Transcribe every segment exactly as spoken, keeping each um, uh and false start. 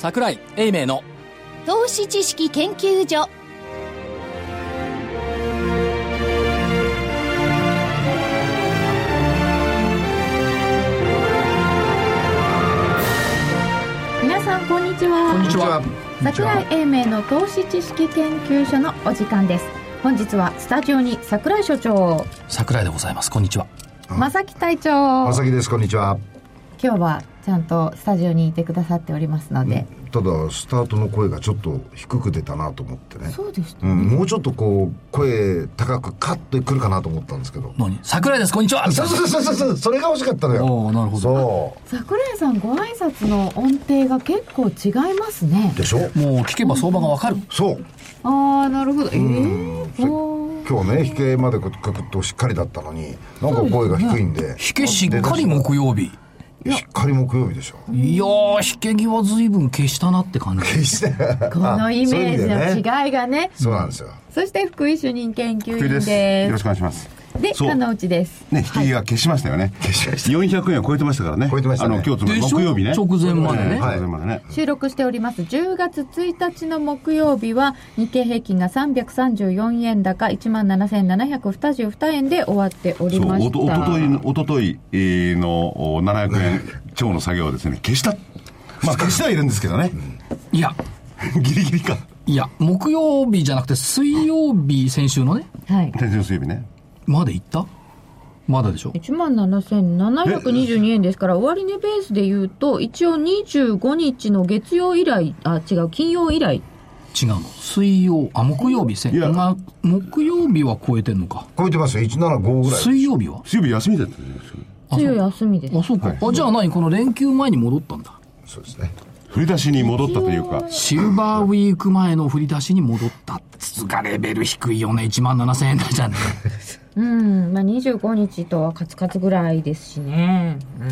櫻井英明の投資知識研究所。 皆さんこんにちは。 こんにちは。 櫻井英明の投資知識研究所のお時間です。本日はスタジオに櫻井所長、 櫻井でございます。こんにちは。 正木隊長、 正木です。こんにちは。 今日はちゃんとスタジオにいてくださっておりますので、 うん、ただスタートの声がちょっと低く出たなと思ってね。 そうでしたね、 うん、もうちょっとこう声高くカッとくるかなと思ったんですけど。 何？櫻井です。こんにちは。 そうそうそうそうそれが欲しかったのよ。 おー、なるほど。 そう櫻井さんご挨拶の音程が結構違いますね。 でしょ。 もう聞けば相場がわかる。 そうああ、なるほど。えー、 今日ね引けまでククッとしっかりだったのになんか声が低いんで、 引けしっかり木曜日。 しっかり木曜日でしょ。 いやー、引け際随分消したなって感じ。 決してこのイメージの違いがね。 そうなんですよ。 そして福井主任研究員です。 よろしくお願いします。 で、金内です。 ね、引きが消しましたよね。 消しました。 よんひゃくえんを超えてましたからね。 超えてましたね。 あの、今日つまり木曜日ね。 直前までね。 はい、 直前までね。 収録しておりますじゅうがつついたちの木曜日は日経平均がさんびゃくさんじゅうよんえん高 いちまんななせんななひゃくにじゅうにえんで終わっておりました。 そう、おととい、おとといのななひゃくえん超の作業をですね、消した。まあ消してはいるんですけどね。 いや、 ギリギリか。 いや、木曜日じゃなくて水曜日、先週のね。 はい。 先週の水曜日ね。 まで行った？まだでしょ。 いちまんななせんななひゃくにじゅうにえんですから、終値ベースで言うと一応にじゅうごにちの月曜以来、あ、違う、金曜以来。 違うの。水曜、あ、木曜日、せん、まあ、木曜日は超えてんのか。 超えてますよ。いちななごぐらい。 水曜日は水曜日休みだったんですよ。 水曜休みです。 あ、そうか。あ、じゃあ何？この連休前に戻ったんだ。 そうですね。 振り出しに戻ったというか、 シルバーウィーク前の振り出しに戻った。つがレベル低いよね。いちまんななせんえん台じゃね。 うん、まあにじゅうごにちとはカツカツぐらいですしね。うん。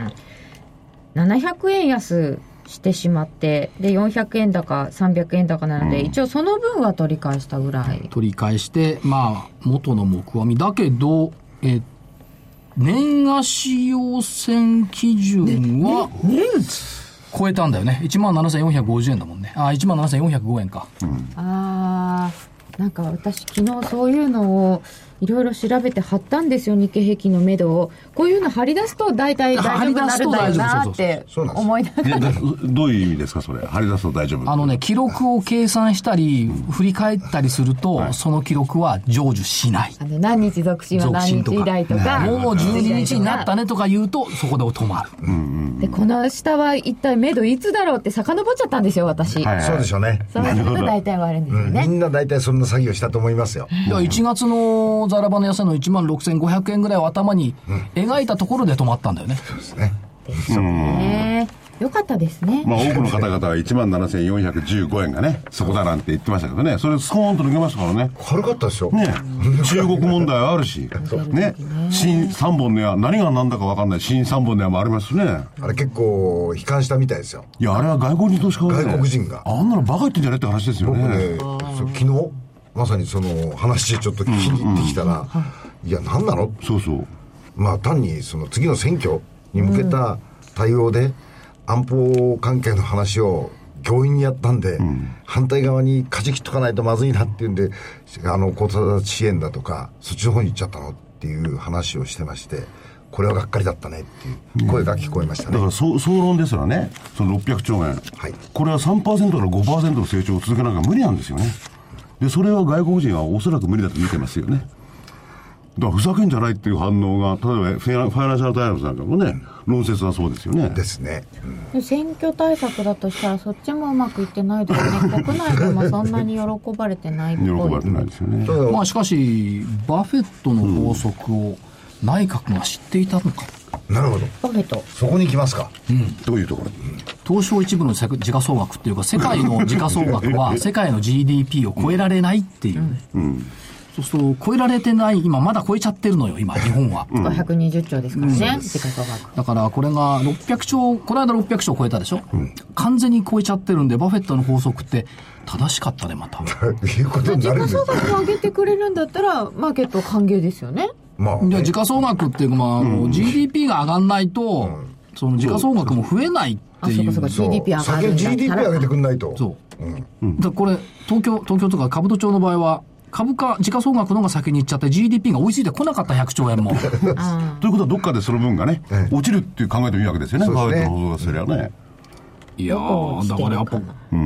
ななひゃくえん安してしまって、で、よんひゃくえん高、さんびゃくえん高なので、うん、一応その分は取り返したぐらい。 取り返して、まあ、元の木阿弥だけど、え、年足要線基準は、 ね、年超えたんだよね。いちまんななせんよんひゃくごじゅうえんだもんね。あ、いちまんななせんよんひゃくごえんか。 うん、あー、なんか私昨日そういうのをいろいろ調べて貼ったんですよ、日経平均の目処を。こういうの貼り出すと大体大丈夫になるんだよなって思いながら。 いや、どういう意味ですかそれ。貼り出すと大丈夫。 あのね、記録を計算したり、うん、振り返ったりすると、はい、その記録は成就しない。 あの何日続伸は何日以来とか、 もうじゅうににちになったねとか言うとそこで止まる、 うんうん、でこの下は一体目処いつだろうって遡っちゃったんですよ私、 はいはい、そうでしょうね。 そうすると大体終わるんですよね、 うん、みんな大体そんな作業したと思いますよ。 いやいちがつのザラバの安値のいちまんろくせんごひゃくえんぐらいを頭に描いたところで止まったんだよね、 うん、そうですね。 ですね。よかったですね。 まあ多くの方々はいちまんななせんよんひゃくじゅうごえんがね、そこだなんて言ってましたけどね、それスコーンと抜けましたからね。 軽かったでしょ。 ね、中国問題あるし、ね、新三本の矢、何が何だか分かんない新三本の矢もありますしね。 あれ結構悲観したみたいですよ。 いや、あれは外国人投資家が、ね、 外国人が。 あんなのバカ言ってんじゃねって話ですよね。 僕ね、昨日、まさにその話ちょっと聞きに行ってきたら、うんうん、いや、何なの？ そうそう。 まあ単にその次の選挙に向けた対応で、うん、安保関係の話を強引にやったんで、うん、反対側に舵切っとかないとまずいなっていうんで、あの子育て支援だとかそっちの方に行っちゃったのっていう話をしてまして、これはがっかりだったねっていう声が聞こえましたね。 だから総論ですらね、そのろっぴゃくちょうえん、はい、これは さんパーセント から ごパーセント の成長を続けなきゃ無理なんですよね。でそれは外国人はおそらく無理だと見てますよね。だからふざけんじゃないっていう反応が、例えばファイナンシャルタイムズなんかもね、論説はそうですよね。 ですね、 うん、選挙対策だとしたらそっちもうまくいってないですね。国内でもそんなに喜ばれてないっぽい。 喜ばれてないですよね。 まあしかしバフェットの法則を内閣が知っていたのか、 うん、なるほど。 バフェットそこに行きますか、 うん、 どういうところ？ 東証一部の時価総額っていうか、世界の時価総額は世界の ジーディーピー を超えられないっていう、うんうん、そうすると超えられてない、今まだ超えちゃってるのよ今日本は、 うん、ひゃくにじゅっちょうですからね、時価総額。 だからこれがろっぴゃくちょう、この間ろっぴゃくちょう超えたでしょ、うん、完全に超えちゃってるんで、バフェットの法則って正しかったねまたいうことになるんですよ。 時価総額を上げてくれるんだったらマーケット歓迎ですよね。 まあね、 じゃあ時価総額っていうか、まあうん、ジーディーピー が上がんないと、うん、その時価総額も増えないっていう。 あ、そうかそうか、ジーディーピー 上がるんだったら。 先 ジーディーピー 上げてくんないと。 そう。うん、だこれ、東京、東京とか兜町の場合は、株価、時価総額のが先に行っちゃって ジーディーピー が追いついてこなかったひゃくちょうえんも。 ということはどっかでその分がね、落ちるっていう考えてもいいわけですよね。パウエルの報道がすればね。 いやー、だからやっぱ、うん、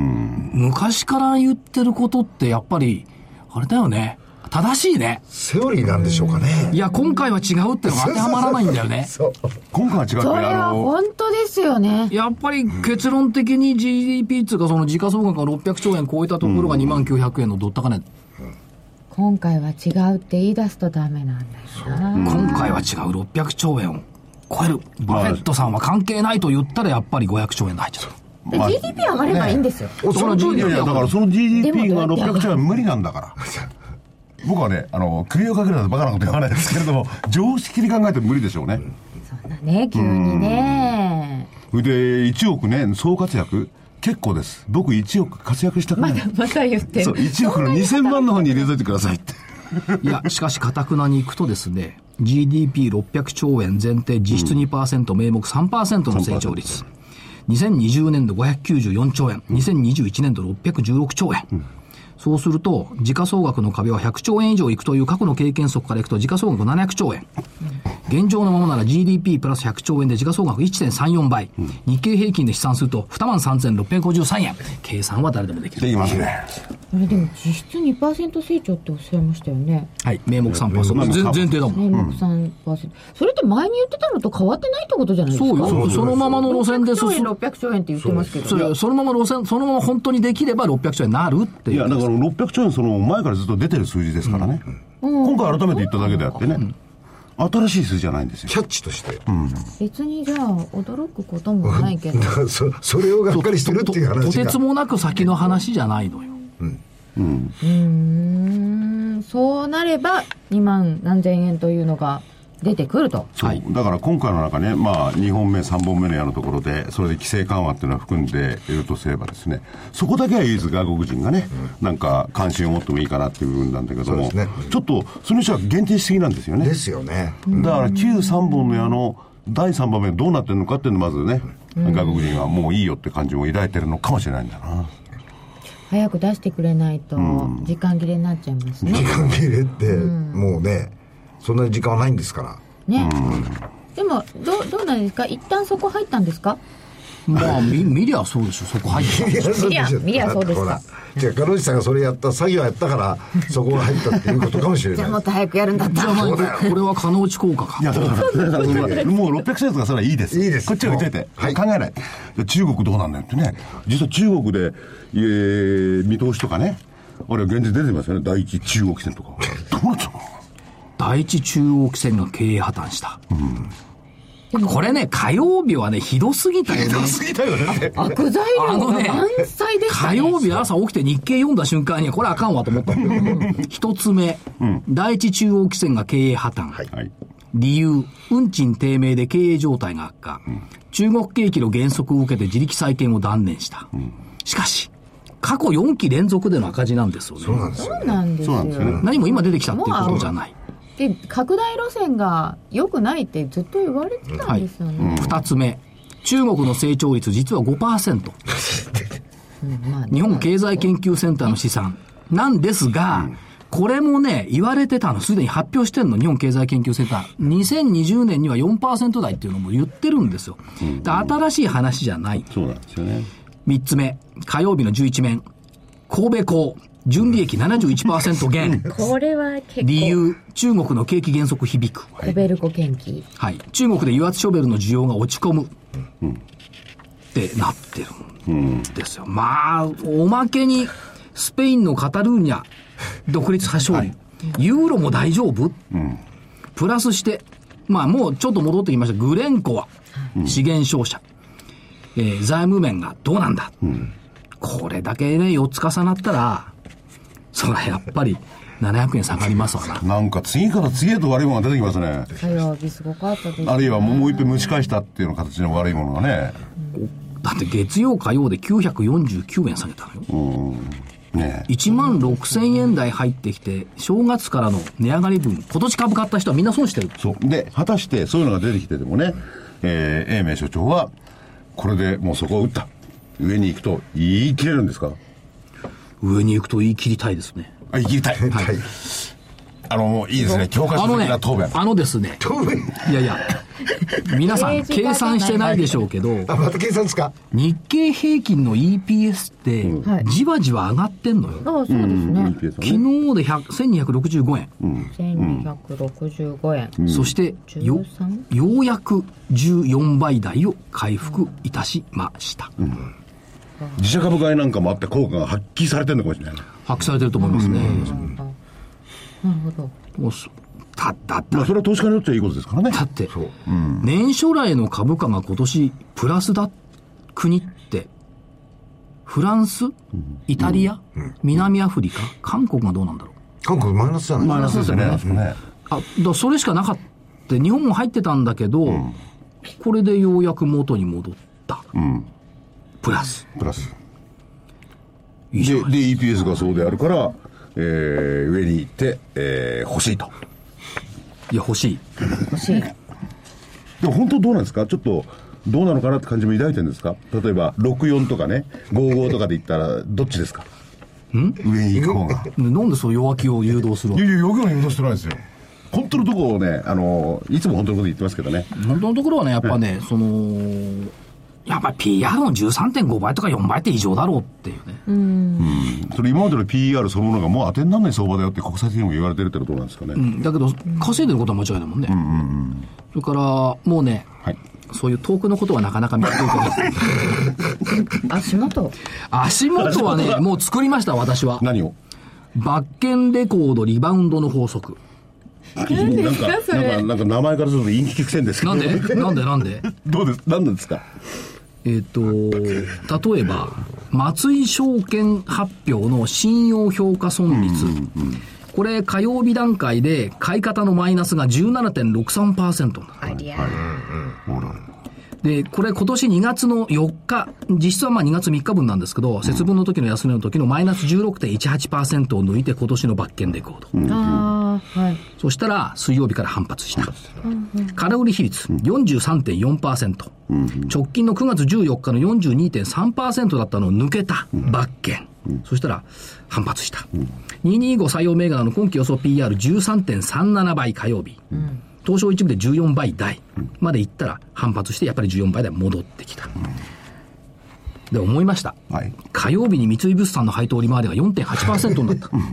昔から言ってることってやっぱり、あれだよね。正しいね。 セオリーなんでしょうかね。 いや、今回は違うってのが当てはまらないんだよね。 そう今回は違うって、 それは本当ですよね。 やっぱり結論的に ジーディーピー っていうか、その時価総額がろっぴゃくちょうえん超えたところがにまんきゅうひゃくえんのドッタカネ。 今回は違うって言い出すとダメなんだよな。 今回は違う、ろっぴゃくちょうえんを超える。バフェットさんは関係ないと言ったらやっぱりごひゃくちょうえんで入っちゃう。 で ジーディーピー 上がればいいんですよ。 ね、その ジーディーピー だからその ジーディーピー がろっぴゃくちょうえん無理なんだから。僕はね、あの、首をかけるなんてバカなこと言わないですけれども、常識に考えても無理でしょうね。 そんなね、急にね。 それで、いちおくね、総活躍、結構です。僕いちおく活躍したくない。 まだ、まだ言ってる。 そう、いちおくのにせんまんの方に入れといてくださいって。 いや、しかし、かたくなに行くとですね、ジーディーピーろっぴゃくちょうえん前提実質 にパーセント、うん、名目 さんパーセント の成長率。にせんにじゅうねんどごひゃくきゅうじゅうよんちょうえん、にせんにじゅういちねんどろっぴゃくじゅうろくちょうえん。うん、そうすると、時価総額の壁はひゃくちょうえん以上いくという過去の経験則からいくと、時価総額ななひゃくちょうえん。現状のままなら ジーディーピー プラスひゃくちょうえんで時価総額 いってんさんよん 倍。うん、日経平均で試算すると にまんさんぜんろっぴゃくごじゅうさんえん。計算は誰でもできる。 できますね。 あれでも実質 にパーセント 成長っておっしゃいましたよね。 はい。名目 さんパーセント。前提だもん。 名目 さんパーセント。うん、それって前に言ってたのと変わってないってことじゃないですか。 そうよ。そのままの路線で進む。 ろっぴゃくちょうえんって言ってますけど。 それ、そのまま路線、そのまま本当にできればろっぴゃくちょうえんになるっていう。 いや、だからろっぴゃくちょうえんその前からずっと出てる数字ですからね。うん、今回改めて言っただけであってね。うん、新しい数字じゃないんですよ。 キャッチとして、 うん、別にじゃあ驚くこともないけどそ, それをがっかりしてるっていう話がと, と, とてつもなく先の話じゃないのよ。うんうん、うーんそうなればにまん何千円というのが出てくると。 そう、はい、だから今回の中ね、まあ、にほんめさんぼんめの矢のところでそれで規制緩和っていうのは含んでいるとすればですね、そこだけは唯一外国人がね、うん、なんか関心を持ってもいいかなっていう部分なんだけども、ね、ちょっとその人は限定しすぎなんですよね。 ですよね、 うん、だから旧さんぼんの矢のだいさんばんめどうなってるのかっていうのをまずね、うん、外国人はもういいよって感じを抱いてるのかもしれないんだな。 早く出してくれないと時間切れになっちゃいますね。 時間切れって、うん、もうねそんなに時間はないんですからね、うん、でもど う, どうなんですか、一旦そこ入ったんですか。 まあ見見りゃそうでしょ、そこ入ったんでしょ。 見りゃ見りゃそうですか。 じゃあ彼女さんがそれやった作業やったからそこが入ったっていうことかもしれない。 じゃあもっと早くやるんだったら。 これは金内効果か。 いやだからもうろっぴゃくせんとかそれはいいです。 いいです。 こっちは置いといて、はい、考えない。中国どうなんだよってね。実は中国で、えー、見通しとかね、あれは現実出てますよね。第一中央汽船とかどうなっちゃうの。 第一中央汽船が経営破綻した。うん、これね、火曜日はね、ひどすぎたよね。 ひどすぎたよね。 悪材料が満載でしたね。 火曜日朝起きて日経読んだ瞬間に、これあかんわと思った一つ目、うん、第一中央汽船が経営破綻。はい、理由、運賃低迷で経営状態が悪化。うん、中国景気の減速を受けて自力再建を断念した。うん、しかし、過去よんき連続での赤字なんですよね。 そうなんですよね。 そうなんですよね。 何も今出てきたっていうことじゃない。 で拡大路線が良くないってずっと言われてたんですよね。 はい、うん、ふたつめ、中国の成長率実は ごパーセント、うんまあね、日本経済研究センターの試算なんですが、うん、これもね言われてたの、すでに発表してるの。日本経済研究センターにせんにじゅうねんには よんパーセント 台っていうのも言ってるんですよ。うん、で新しい話じゃない。 そうなんですよね。 みっつめ、火曜日のじゅういち面、神戸港純利益 ななじゅういちパーセント 減。 これは結構。 理由、中国の景気減速響く。 コベルコ研究。 はい。中国で油圧ショベルの需要が落ち込む。うん、ってなってるんですよ。うん、まあ、おまけに、スペインのカタルーニャ、独立派勝利。はい、ユーロも大丈夫、うん、プラスして、まあもうちょっと戻ってきました。グレンコは、資源商社。えー、財務面がどうなんだ、うん、これだけね、よっつ重なったら、それはやっぱりななひゃくえん下がりますわな。 なんか次から次へと悪いものが出てきますね。 火曜日すごかったですね。 あるいはもう一遍蒸し返したっていう形の悪いものがね、 うん、だって月曜火曜できゅうひゃくよんじゅうきゅうえん下げたのよ。うんね、いちまんろくせんえん台入ってきて正月からの値上がり分、今年株買った人はみんな損してる。 そうで、果たしてそういうのが出てきてでもね、えー、英明所長はこれでもうそこを打った。上に行くと言い切れるんですか？ 上に行くと言い切りたいですね。 あ、言い切りたい。はい。あの、いいですね。教科書的な答弁。 あのですね。答弁いやいや。皆さん、計算してないでしょうけど。 あ、また計算ですか？ 日経平均の イーピーエス って、じわじわ上がってんのよ。 ああ、そうですね。 昨日でせんにひゃくろくじゅうごえん。 せんにひゃくろくじゅうごえん。 そして、よ、ようやくじゅうよんばい台を回復いたしました。 自社株買いなんかもあって効果が発揮されてるのかもしれない。 発揮されてると思いますね。 なるほど。 もうたったった、 まあ、それは投資家によってはいいことですからね。 だって、うん、年初来の株価が今年プラスだ国ってフランス、イタリア、うん、南アフリカ、韓国がどうなんだろう。 韓国マイナスじゃない。 マイナスですよね。ね、あ、だそれしかなかった。日本も入ってたんだけど、うん、これでようやく元に戻った。うん、プラス。 プラス。いいで、で イーピーエス がそうであるから。えー、上に行って、えー、欲しいと。 いや、欲しい。 欲しい。 でも本当どうなんですか？ちょっとどうなのかなって感じも抱いてるんですか？例えばろくじゅうよんとかね、ごじゅうごとかで言ったらどっちですか？ん？上に行く方が。 なんでそう弱気を誘導するわけ？ いやいや、弱気を誘導してないですよ。本当のところをね、あのいつも本当のこと言ってますけどね。 本当のところはね、やっぱね、そのやっぱり ピーアール の じゅうさんてんごばいとかよんばいって異常だろうっていうね。うん。うん。 それ今までの ピーイーアール そのものがもう当てにならない相場だよって国際的にも言われてるってことなんですかね。 うん。だけど、稼いでることは間違いないもんね。うんうんうん。それから、もうね、はい、そういう遠くのことはなかなか見つけるけど。 足元足元はね、もう作りました、私は。 何を？ バッケンレコードリバウンドの法則。 何ですかそれ？ なんか、なんか名前からすると陰気くせんですけど。 なんでなんでなんでどうです？何なんですか？ えっと、例えば、松井証券発表の信用評価損率。うんうん、これ、火曜日段階で買い方のマイナスが じゅうななてんろくさんパーセント。ありゃー。で、これ今年にがつのよっか、実質はまあにがつみっかぶんなんですけど、節分の時の安値の時のマイナス じゅうろくてんいちはちパーセント を抜いて今年のバッケンレコード。うん、ああ、はい。そしたら水曜日から反発した。うんうん、空売り比率 よんじゅうさんてんよんパーセント、うんうん。直近のくがつじゅうよっかの よんじゅうにてんさんパーセント だったのを抜けたバッケン。うん、そしたら反発した。うん、にひゃくにじゅうご採用銘柄の今期予想 ピーアールじゅうさんてんさんなな 倍火曜日。うん東証一部でじゅうよんばい台までいったら反発してやっぱりじゅうよんばい台戻ってきた、うん、で思いました、はい、火曜日に三井物産の配当利回りが よんてんはちパーセント になった、うんうん、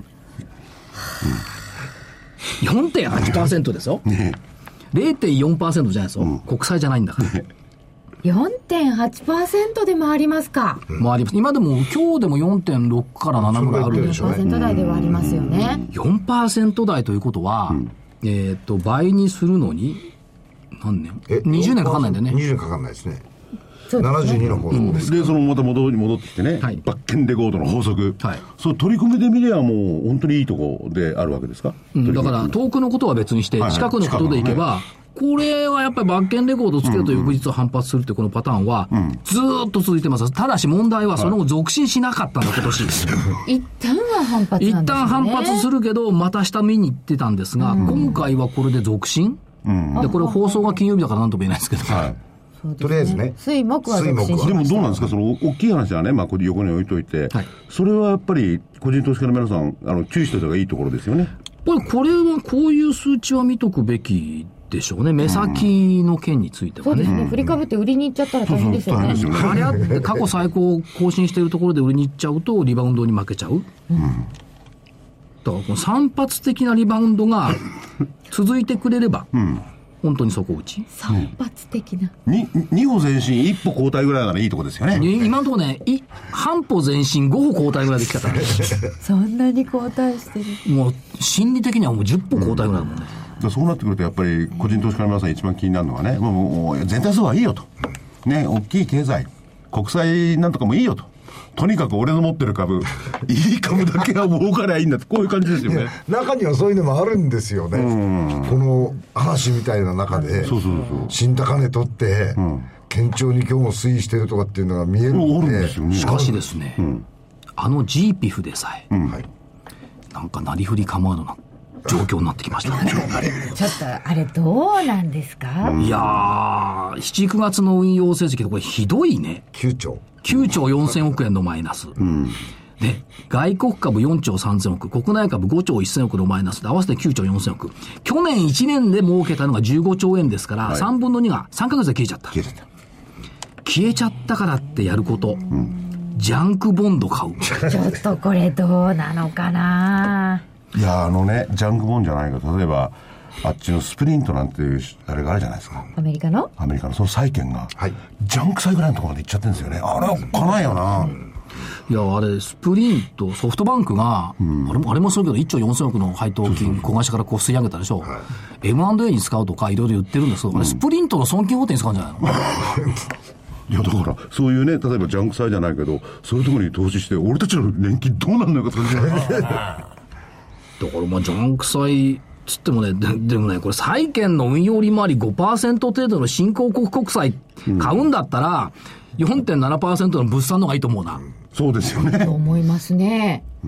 よんてんはちパーセント ですよ、ね、れいてんよんパーセント じゃないですよ、うん、国債じゃないんだから、ね、 よんてんはちパーセント で回りますか、 うん、回ります。今でも今日でも よんてんろく からななぐらいあるでしょうね。 よんパーセント 台ではありますよね、 うん、よんパーセント 台ということは、うんえっと、倍にするのに、何年？え、にじゅうねんかかんないんだよね。 にじゅうねんかかんないですね。そうですね。ななじゅうにの法則です、 うん。で、そのまた戻り戻ってきてね、はい、バッケンレコードの法則。はい。そう、取り組みで見ればもう本当にいいとこであるわけですか？ うん、だから遠くのことは別にして、はいはい、近くのことでいけば、これはやっぱりバッケンレコードをつけると翌日反発するってこのパターンはずーっと続いてます。ただし問題はその後続伸しなかったんだ、今年。 一旦は反発なんですよね。 一旦反発するけど、また下見に行ってたんですが、うん、今回はこれで続伸、うん、で、これ放送が金曜日だから何とも言えないですけど。はい。 ね、とりあえずね。 水木は続伸しました。 でもどうなんですか、その大きい話はね、まあこれ横に置いといて、はい、それはやっぱり個人投資家の皆さん、あの、注意しておいた方がいいところですよね。 これ、これはこういう数値は見とくべきでしょうね。目先の件についてはね。 そうですね。振りかぶって売りに行っちゃったら大変ですよね。 あれあって過去最高を更新しているところで売りに行っちゃうとリバウンドに負けちゃう。うん、だからこの散発的なリバウンドが続いてくれれば、うん、本当に底打ち。 散発的な。 に、に歩前進、いっぽ後退ぐらいならいいとこですよね。 今のところね、い半歩前進、ご歩後退ぐらいできたから。 そんなに後退してる。 もう心理的にはもうじゅっぽ後退ぐらいだもんね。 うん、そうなってくるとやっぱり個人投資家の皆さん一番気になるのはね、もう、もう全体相場はいいよと。ね、大きい経済、国債なんとかもいいよと。とにかく俺の持ってる株、いい株だけは儲かりゃいいんだって、こういう感じですよね。 中にはそういうのもあるんですよね。この話みたいな中で、そうそうそう、新高値取って、うん、堅調に今日も推移してるとかっていうのが見えるんで、 うん、しかしですね、うん、あの ジーピフ でさえ、うん、なんかなりふり構わぬな。 状況になってきましたね。 ちょっとあれどうなんですか？ いやー、しち、くがつの運用成績でこれひどいね。 きゅうちょう。 きゅうちょうよんせんおくえんのマイナス。うん、で、外国株よんちょうさんぜんおく、国内株ごちょうせんおくのマイナスで合わせてきゅうちょうよんせんおく。去年いちねんで儲けたのがじゅうごちょうえんですから、はい、さんぶんのにがさんかげつで消えちゃった。消えちゃった。消えちゃったからってやること。うん、ジャンクボンド買う。 ちょっとこれどうなのかな。 いや、あのね、ジャンクボンドじゃないけど、例えば、あっちのスプリントなんていう、あれがあるじゃないですか。 アメリカのアメリカのその債券が、はい、ジャンク債ぐらいのところまで行っちゃってるんですよね。あれはおっかないよな。うん、 いや、あれ、スプリント、ソフトバンクが、うん、あれも、あれもそうけど、いっちょうよんせんおくの配当金、小会社からこう吸い上げたでしょ。はい、エムアンドエー に使うとか、いろいろ言ってるんですけど、うん、あれ、スプリントの損金法定に使うんじゃないの？ いや、だから、そういうね、例えばジャンク債じゃないけど、そういうところに投資して、俺たちの年金どうなんのよかって感じじゃないだから、 まあ、ジャンク債、つってもね、で, でもね、これ債券の運用利回り ごパーセント 程度の新興国国債買うんだったら、うん、よんてんななパーセント の物産の方がいいと思うな。 そうですよね。 と思いますね。 うん。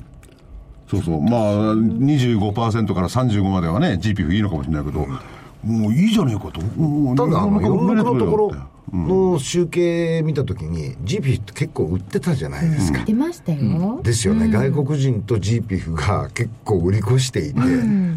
そうそう。まあ、にじゅうごパーセント からさんじゅうごまではね、ジーピーエフ いいのかもしれないけど、うん、もういいじゃねえかと。 ただ、あの、世の中のところの集計見たときに、ジーピーエフ って結構売ってたじゃないですか。 売ってましたよ。 うん、ですよね、うん。外国人と ジーピーエフ が結構売り越していて、うん、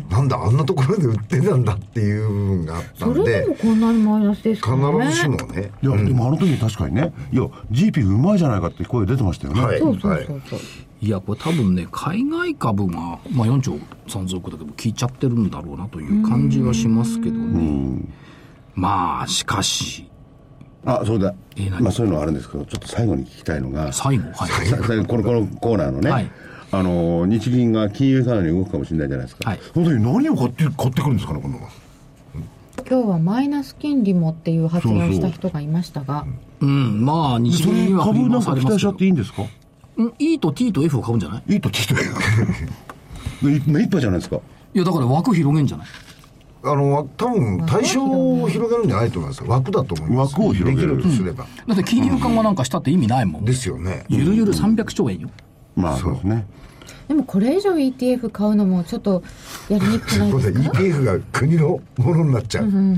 なんだ、あんなところで売ってたんだっていう部分があったんで。 それでもこんなにマイナスですかね。 必ずしもね。 いや、うん、でもあの時確かにね、いや、ジーピーエフ うまいじゃないかって声出てましたよね。 はい。 そうそうそうそう。 いや、これ多分ね、海外株が、まあ、よんちょうさんぜんおくだけど、効いちゃってるんだろうなという感じはしますけどね。まあ、しかし。 あ、そうだ。えー、まあ、そういうのはあるんですけど、ちょっと最後に聞きたいのが。 最後はい。 最後、この、このコーナーのね。はい、あの、日銀が金融緩和に動くかもしれないじゃないですか。はい。本当に何を買って、買ってくるんですかね、今度は。 今日はマイナス金利もっていう発言をした人がいましたが。 そうそう、うん、まあ、日銀には株なんか期待しちゃっていいんですか？ うん、E と T と F を買うんじゃない？ E と T と F 目いっぱいじゃないですか。 いや、だから枠広げんじゃない？ あの、多分対象を広げるんじゃないと思います。枠だと思います。 枠を広げるできるとすれば、 うん、だって金融緩和なんかしたって意味ないもん、 うん、ですよね。 ゆるゆるさんびゃくちょうえんよ、 うん、まあそうですね。 でもこれ以上 イーティーエフ 買うのもちょっとやりにくくないですか？ イーティーエフ が国のものになっちゃう、うんうんうん、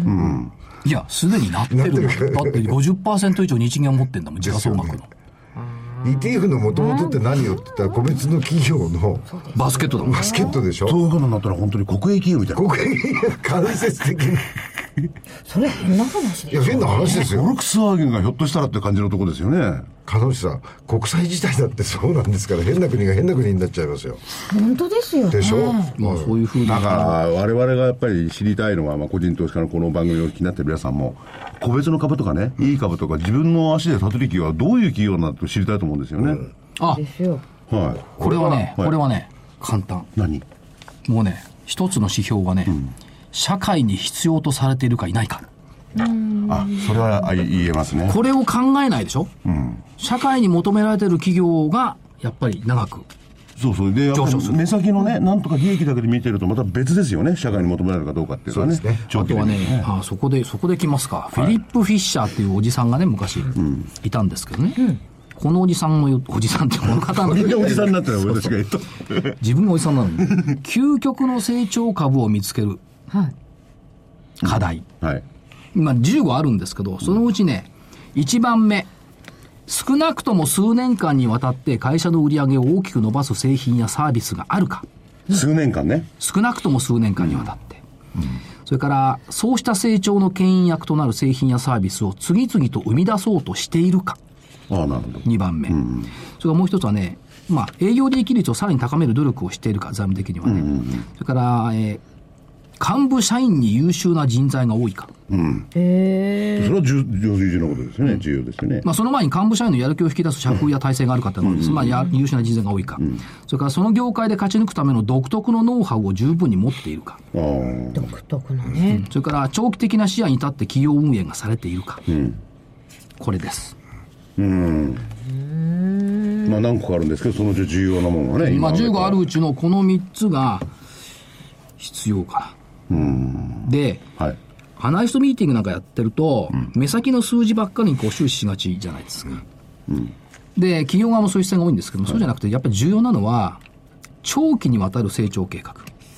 いやすでになってるんだ。だって ごじゅっパーセント 以上日銀が持ってんだもん、時価総額の。 イーティーエフ の元々って何よって言ったら個別の企業のバスケットだもん。 バスケットでしょ。 そういうことになったら本当に国営企業みたいな。 国営企業間接的にそれ変な話ですよ、 ね。いや変な話ですよ。 フォルクスワーゲンがひょっとしたらって感じのとこですよね。 金内さん、国際自体だってそうなんですから、変な国が変な国になっちゃいますよ。 本当ですよね。 でしょ。 まあそういうふうな。 だから我々がやっぱり知りたいのは、まあ個人投資家のこの番組を気になってる皆さんも、個別の株とかね、いい株とか自分の足で立てる企業はどういう企業なんだと知りたいと思うんですよね。うん、 あ、 ですよ。 はい。 これはね、これはね、簡単。 何？ もうね、一つの指標がね、うん、社会に必要とされているかいないか。 あ、それは言えますね。 これを考えないでしょ、うん、社会に求められている企業がやっぱり長くそうそうで上昇する。目先のね、なんとか利益だけで見てるとまた別ですよね、社会に求められるかどうかっていうのはね。 そうですね。あとはね、ね、あそこでそこで来ますか、はい、フィリップ・フィッシャーっていうおじさんがね昔、うん、いたんですけどね、うん、このおじさんのおじさんってこの方のみんなおじさんになったら私が言うと自分がおじさんなのに究極の成長株を見つける課題、 うん、はい、 今じゅうごあるんですけど、そのうちね、いちばんめ、少なくとも数年間にわたって会社の売り上げを大きく伸ばす製品やサービスがあるか。 数年間ね。 少なくとも数年間にわたって。うんうん、それから、そうした成長の牽引役となる製品やサービスを次々と生み出そうとしているか。 ああ、なるほど。 にばんめ。うん、それからもう一つはね、まあ、営業利益率をさらに高める努力をしているか、財務的にはね。うんうんうん、それから、えー幹部社員に優秀な人材が多いか。 うん。へえ。それは重要なことですよね。重要ですよね。 まあその前に幹部社員のやる気を引き出す社風や体制があるかっていうのです。うん、まあや優秀な人材が多いか、うん。それからその業界で勝ち抜くための独特のノウハウを十分に持っているか。 あ独特のね、 うん。それから長期的な視野に立って企業運営がされているか。うん、これです。 うん。うんまあ何個かあるんですけど、そのうち重要なものはね。 まあじゅうごあるうちのこのみっつが必要かな。うんで、はい、アナリストミーティングなんかやってると、うん、目先の数字ばっかりにこう終始しがちじゃないですか、うんうん、で企業側もそういう視線が多いんですけども、はい、そうじゃなくてやっぱり重要なのは長期にわたる成長計画、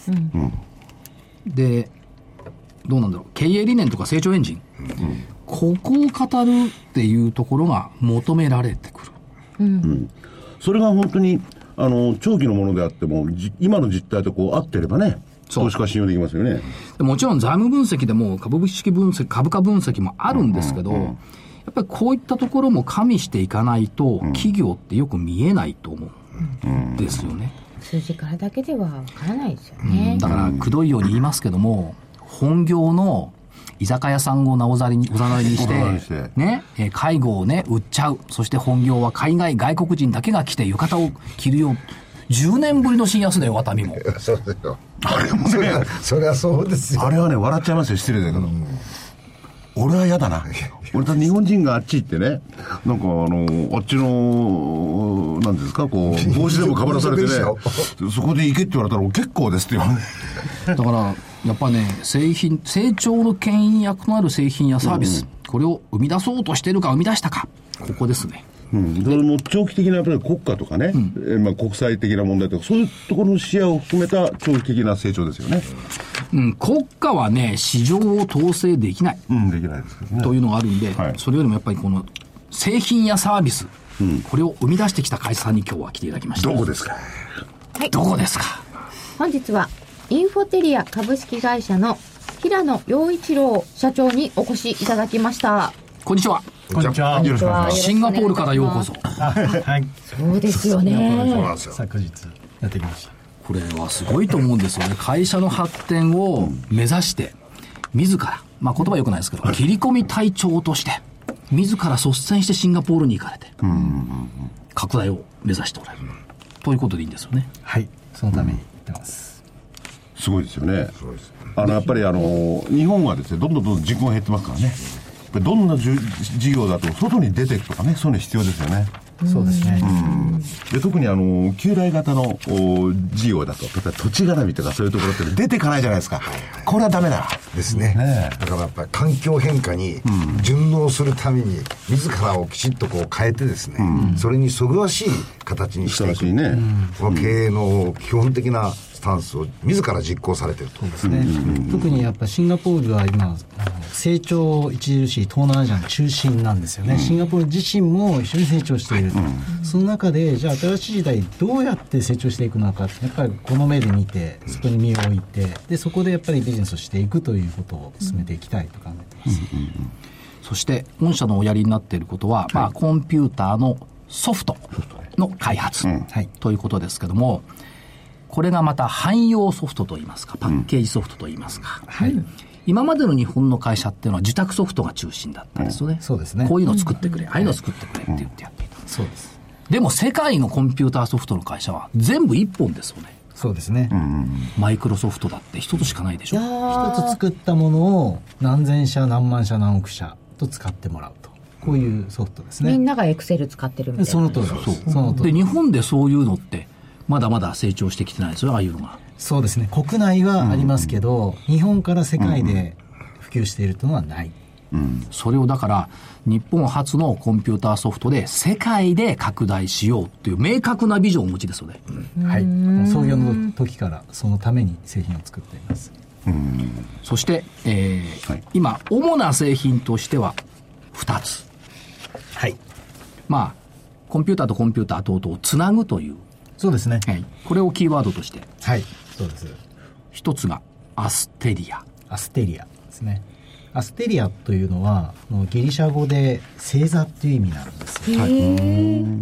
うんうん、でどうなんだろう、経営理念とか成長エンジン、うん、ここを語るっていうところが求められてくる、 うんうん、それが本当にあの長期のものであっても今の実態とこう合ってればね、投資家信用できますよね。 もちろん財務分析でも株式分析、株価分析もあるんですけど、うんうんうん、やっぱりこういったところも加味していかないと、うん、企業ってよく見えないと思うんですよね、 うん、数字からだけではわからないですよね、 うん、だからくどいように言いますけども、本業の居酒屋さんをなおざりにおざなりにしてね、え介護をね売っちゃう、そして本業は海外外国人だけが来て浴衣を着るよう、じゅうねんぶりの新安だよ、ワタミも。 そうですよ。あれもね、それはそうですよ。 あれはね、笑っちゃいますよ、失礼だけど。うん、俺は嫌だな。俺だ日本人があっち行ってね、なんかあの、あっちの、なんですか、こう、帽子でもかぶらされてね、そこで行けって言われたら結構ですって言われだから、やっぱね、製品、成長の牽引役となる製品やサービス、うん、これを生み出そうとしているか生み出したか、ここですね。 うん、それも長期的なやっぱり国家とかね、うんえまあ、国際的な問題とかそういうところの視野を含めた長期的な成長ですよね、 うん、国家はね市場を統制できない、 うん、できないですけどねというのがあるんで、はい、それよりもやっぱりこの製品やサービス、うん、これを生み出してきた会社さんに今日は来ていただきました。 どこですか、 はい、 どこですか。 本日はインフォテリア株式会社の平野陽一郎社長にお越しいただきました。 こんにちは。 こんにちは。 よろしくお願いします。シンガポールからようこそ。 はい。 そうですよね。 そうなんですよ。昨日やってきました。 これはすごいと思うんですよね。会社の発展を目指して、自ら、まあ言葉は良くないですけど、切り込み隊長として、自ら率先してシンガポールに行かれて、拡大を目指しておられる。ということでいいんですよね。 はい。そのために行ってます。 すごいですよね。すごいです。あの、やっぱりあの、日本はですね、どんどんどんどん人口が減ってますからね。どんな事業だと外に出ていくとかね、そういうの必要ですよね。 そうですね。うんで特にあの旧来型の事業だと、例えば土地絡みとかそういうところって出ていかないじゃないですか。これはダメだですね。ねだからやっぱり環境変化に順応するために自らをきちっとこう変えてですね、うん、それにそぐわしい形にしていく、ね、この経営の基本的なスタンスを自ら実行されていると。 そうですね、うん、特にやっぱシンガポールは今成長著しい東南アジアの中心なんですよね、うん、シンガポール自身も一緒に成長していると、うん、その中でじゃあ新しい時代どうやって成長していくのか、やっぱりこの目で見てそこに身を置いて、でそこでやっぱりビジネスをしていくということを進めていきたいと考えてます、うんうんうん、 そして御社のおやりになっていることは、はいまあ、コンピューターのソフトの開発、うんはい、ということですけども、これがまた汎用ソフトといいますかパッケージソフトといいますか、うんはい、今までの日本の会社っていうのは受託ソフトが中心だったんですよね、うん、 そうですね。 こういうのを作ってくれ、うん、ああいうのを作ってくれって言ってやっていた、 うん、そうです。 でも世界のコンピューターソフトの会社は全部一本ですよね。 そうですね、うん、 マイクロソフトだって一つしかないでしょ。 一つ作ったものを何千社何万社何億社と使ってもらうと、こういうソフトですね。 みんながエクセル使ってるみたいな。 その通りです。 そうその通りで日本でそういうのってまだまだ成長してきてないですよ、ああいうのが。 そうですね、国内はありますけど、うん、日本から世界で普及しているというのはない、 うん、それをだから日本初のコンピューターソフトで世界で拡大しようという明確なビジョンをお持ちですよね、 うん、はい。創業の時からそのために製品を作っています。 うん、そして、えーはい、今主な製品としてはふたつ、 はい、 まあコンピューターとコンピューター等々をつなぐという、 そうですね、 はい、これをキーワードとして、 はい、そうです。 一つがアステリア。 アステリアですね。アステリアというのはギリシャ語で星座っていう意味なんですよ。はい、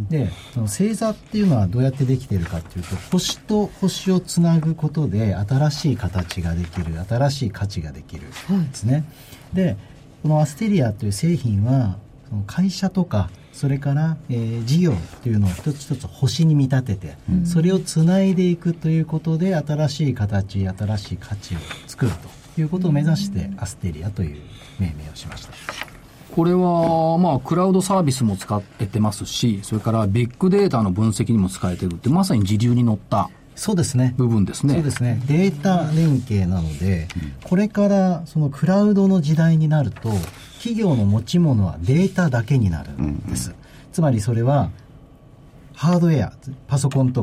でその星座っていうのはどうやってできているかというと、星と星をつなぐことで新しい形ができる、新しい価値ができるんですね、うん、でこのアステリアという製品はその会社とかそれから、えー、事業というのを一つ一つ星に見立てて、うん、それをつないでいくということで新しい形、新しい価値を作るということを目指してアステリアという命名をしました。 これはまあクラウドサービスも使えてますし、それからビッグデータの分析にも使えてるって、まさに時流に乗ったそうですね部分ですね。 そうですね。データ連携なので、うん、これからそのクラウドの時代になると企業の持ち物はデータだけになるんです、うんうん、つまりそれはハードウェア、パソコンとか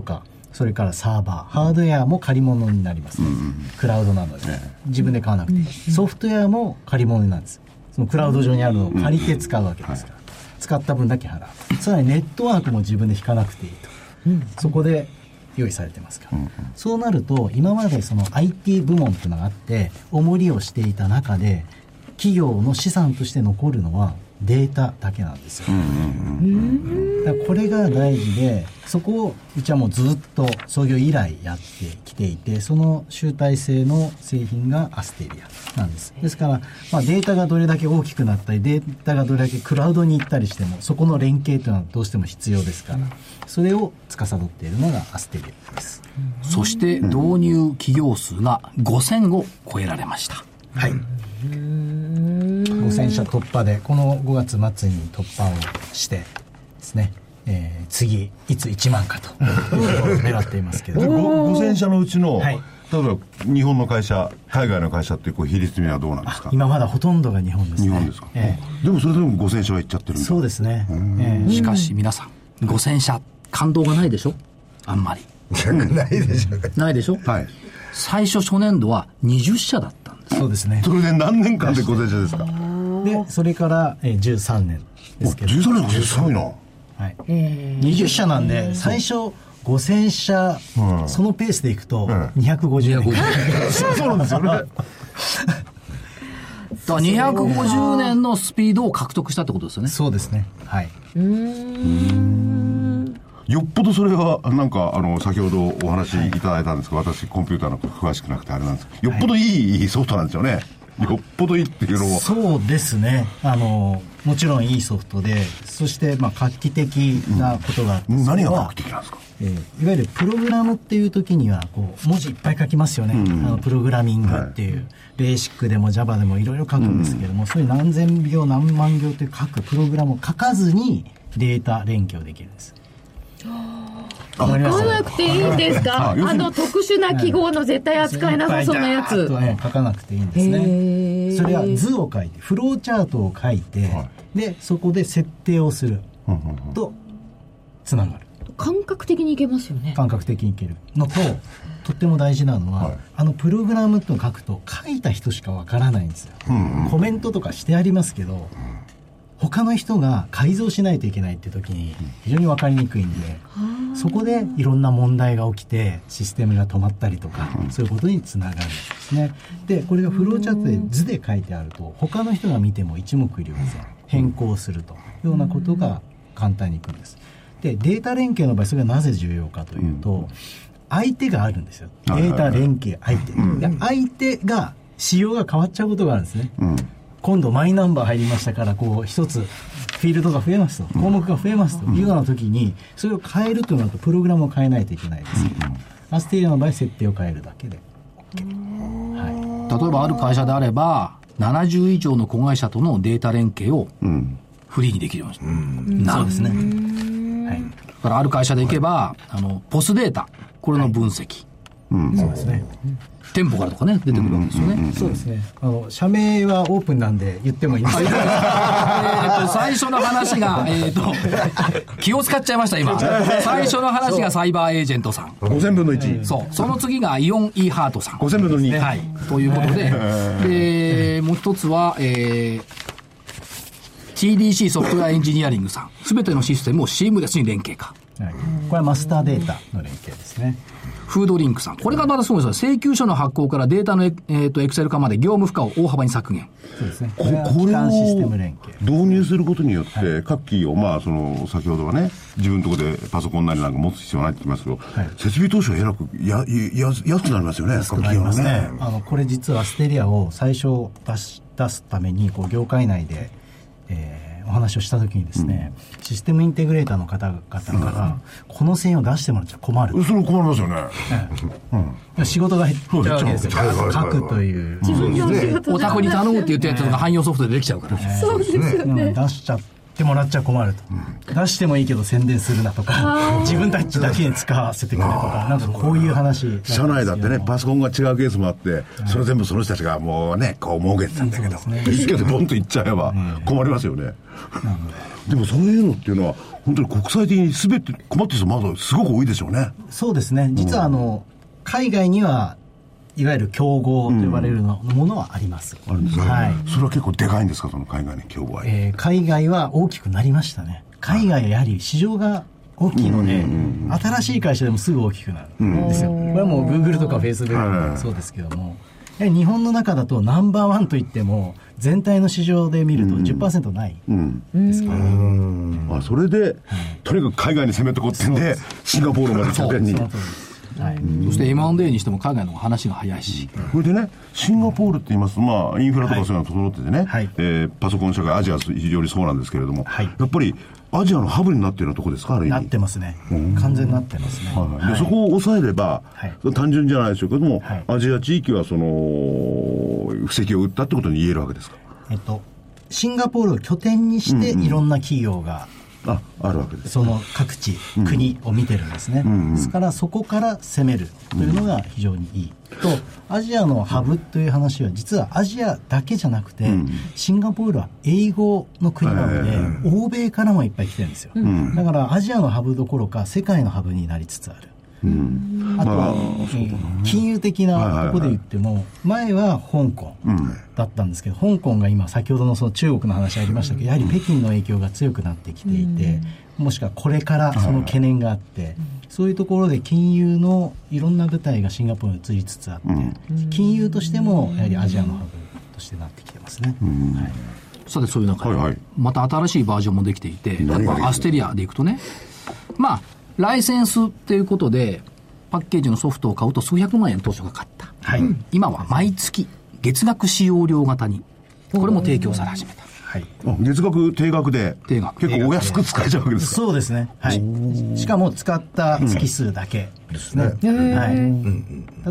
それからサーバー、ハードウェアも借り物になりますね、うん、クラウドなので自分で買わなくていい、ソフトウェアも借り物なんです。そのクラウド上にあるのを借りて使うわけですから、うんはい、使った分だけ払う。さらにネットワークも自分で引かなくていいと、うん、そこで用意されてますから、うん、そうなると今までその アイティー 部門っていうのがあって重りをしていた中で企業の資産として残るのはデータだけなんですよ、うんうんうん、だからこれが大事で、そこをうちはもうずっと創業以来やってきていて、その集大成の製品がアステリアなんです。ですから、まあ、データがどれだけ大きくなったりデータがどれだけクラウドに行ったりしてもそこの連携というのはどうしても必要ですから、それを司っているのがアステリアです。 そして導入企業数がごせんを超えられました。 はい、ごせん社突破でこのごがつ末に突破をしてですね、えー、次いついちまんかと狙っていますけどごせん社のうちの、はい、例えば日本の会社海外の会社ってこう比率にはどうなんですか？ 今まだほとんどが日本ですね。 日本ですか、えー、でもそれでもごせん社はいっちゃってるんだ。 そうですね、えー、 しかし皆さんごせん社感動がないでしょ。あんまりないでしょないでしょ、はい、最初初年度はにじゅっ社だったんです。 そうですね。 それで何年間でごせん社ですか？ でそれから、えー、じゅうさんねんですけど。 じゅうさんねんすごいな、 はい、えー、にじゅっ社なんで最初ごせん社、うん、そのペースでいくとにひゃくごじゅうねん、うん、 そうなんですよねだからにひゃくごじゅうねんのスピードを獲得したってことですよね。 そうですね、はい。うーん、よっぽどそれはなんかあの先ほどお話いただいたんですが、はい、私コンピューターのこと詳しくなくてあれなんですけど、よっぽどいい、はい、ソフトなんですよね。よっぽどいいっていうのを。 そうですね、あのもちろんいいソフトで、そしてまあ画期的なことが、 うん、何が画期的なんですか？ えー、いわゆるプログラムっていう時にはこう文字いっぱい書きますよね、うん、あのプログラミングっていう、はい、ベーシックでも Java でもいろいろ書くんですけども、うん、そういう何千行何万行という書くプログラムを書かずにデータ連携をできるんです。 書かなくていいんですか？あの特殊な記号の絶対扱えなさそうなやつ、 ね、書かなくていいんですね。それは図を書いてフローチャートを書いて、はい、でそこで設定をするとつながる。 感覚的にいけますよね。 感覚的にいけるのととっても大事なのは、はい、あのプログラムと書くと書いた人しかわからないんですよ、うんうん、コメントとかしてありますけど、他の人が改造しないといけないって時に非常に分かりにくいんで、うん、そこでいろんな問題が起きてシステムが止まったりとか、うん、そういうことにつながるんですね。でこれがフローチャートで図で書いてあると他の人が見ても一目瞭然変更するというようなことが簡単にいくんです。でデータ連携の場合それはなぜ重要かというと、うん、相手があるんですよ。データ連携相手、うん、で相手が仕様が変わっちゃうことがあるんですね、うん、今度マイナンバー入りましたからこう一つフィールドが増えますと、項目が増えますというような時にそれを変えるとなるとプログラムを変えないといけないですけど、うん、アステリアの場合設定を変えるだけで OK、 はい、例えばある会社であればななじゅう以上の子会社とのデータ連携をフリーにできるようになるんですね、はい、だからある会社でいけばあのポスデータこれの分析、 はい、うん、そうですね、 店舗からとかね出てくるわけですよね、うんうんうん、 そうですね。あの社名はオープンなんで言ってもいいんですか？えー、と最初の話が、えー、と気を使っちゃいました今。最初の話がサイバーエージェントさんごせんぶんのいち、 そうその次がイオン e ハートさんごせんぶんのに、 はい、ということで、でもう一つは、えー、ティーディーシー ソフトウェアエンジニアリングさん、すべてのシステムをシームレスに連携化、 はい、これはマスターデータの連携ですね。 フードリンクさん、これがまたすごいですよ。請求書の発行からデータのエ、えー、とエクセル化まで業務負荷を大幅に削減。 そうですね。 これを導入することによって、はい、各企業、まあその先ほどはね、自分のところでパソコンなりなんか持つ必要ないって言いますけど、はい、設備投資はえらくやや安くなりますよね。 安くなりますね。あのこれ実はアステリアを最初出し出すためにこう業界内で、えーお話をしたときにですね、うん、システムインテグレーターの方々から、うん、この線を出してもらっちゃ困る。 それ困りますよね、 うん、仕事が減っちゃうわけですよ。書くという自分の仕事お宅に頼むって言ってやつが汎用ソフトでできちゃうから、 そうですよね、 うん、出しちゃってってもらっちゃ困ると、うん、出してもいいけど宣伝するなとか自分たちだけに使わせてくれとかなんかこういう話社内だってねパソコンが違うケースもあって、はい、それ全部その人たちがもうねこう儲けてたんだけど、うんね、一挙でボンといっちゃえば困りますよね、うん、でもそういうのっていうのは本当に国際的に全て困ってる人まだすごく多いでしょうね。 そうですね、実はあの、うん、海外にはいわゆる競合と呼ばれるの、うん、ものはあります。 あるんですか、 はい、 それは結構でかいんですか、その海外に競合は、 えー、海外は大きくなりましたね。海外はやはり市場が大きいので、うんうん、新しい会社でもすぐ大きくなるんですよ、うん、これはもう Google とか Facebook もそうですけども、やはり日本の中だとナンバーワンといっても全体の市場で見ると じゅっパーセント ないですから、うんうん、あそれで、はい、とにかく海外に攻めてこってんでシンガポールまで拠点にはい、そして エムアンドエー にしても海外の話が早いし、 これでねシンガポールって言いますと、まあ、インフラとかそういうのが整っててね、はいえー、パソコン社会アジアは非常にそうなんですけれども、はい、やっぱりアジアのハブになっているようなところですか、ある意味。 なってますね、完全になってますね、 はいはい、でそこを抑えれば、はい、単純じゃないでしょうけども、はい、アジア地域はその布石を打ったってことに言えるわけですか。 えっとシンガポールを拠点にしていろんな企業が、 うんうん、あ, あるわけです、 その各地、うん、国を見てるんですね、うんうん、ですからそこから攻めるというのが非常にいい、うん、とアジアのハブという話は実はアジアだけじゃなくて、うん、シンガポールは英語の国なので、うん、欧米からもいっぱい来てるんですよ、うん、だからアジアのハブどころか世界のハブになりつつある、うん、あとは、えー、金融的なところで言っても、前は香港だったんですけど、香港が今先ほどのその中国の話ありましたけど、やはり北京の影響が強くなってきていて、もしくはこれからその懸念があって、そういうところで金融のいろんな舞台がシンガポールに移りつつあって、金融としてもやはりアジアのハブとしてなってきてますね、はい、 さてそういう中で、はいはい、また新しいバージョンもできていて、例えばアステリアでいくとね、まあライセンスっていうことでパッケージのソフトを買うと数百万円当初かかった、はい、今は毎月月額使用料型にこれも提供され始めた、 はい、月額定額で定額結構お安く使えちゃうわけですか。 そうですね、はい、しかも使った月数だけですね、うんはい、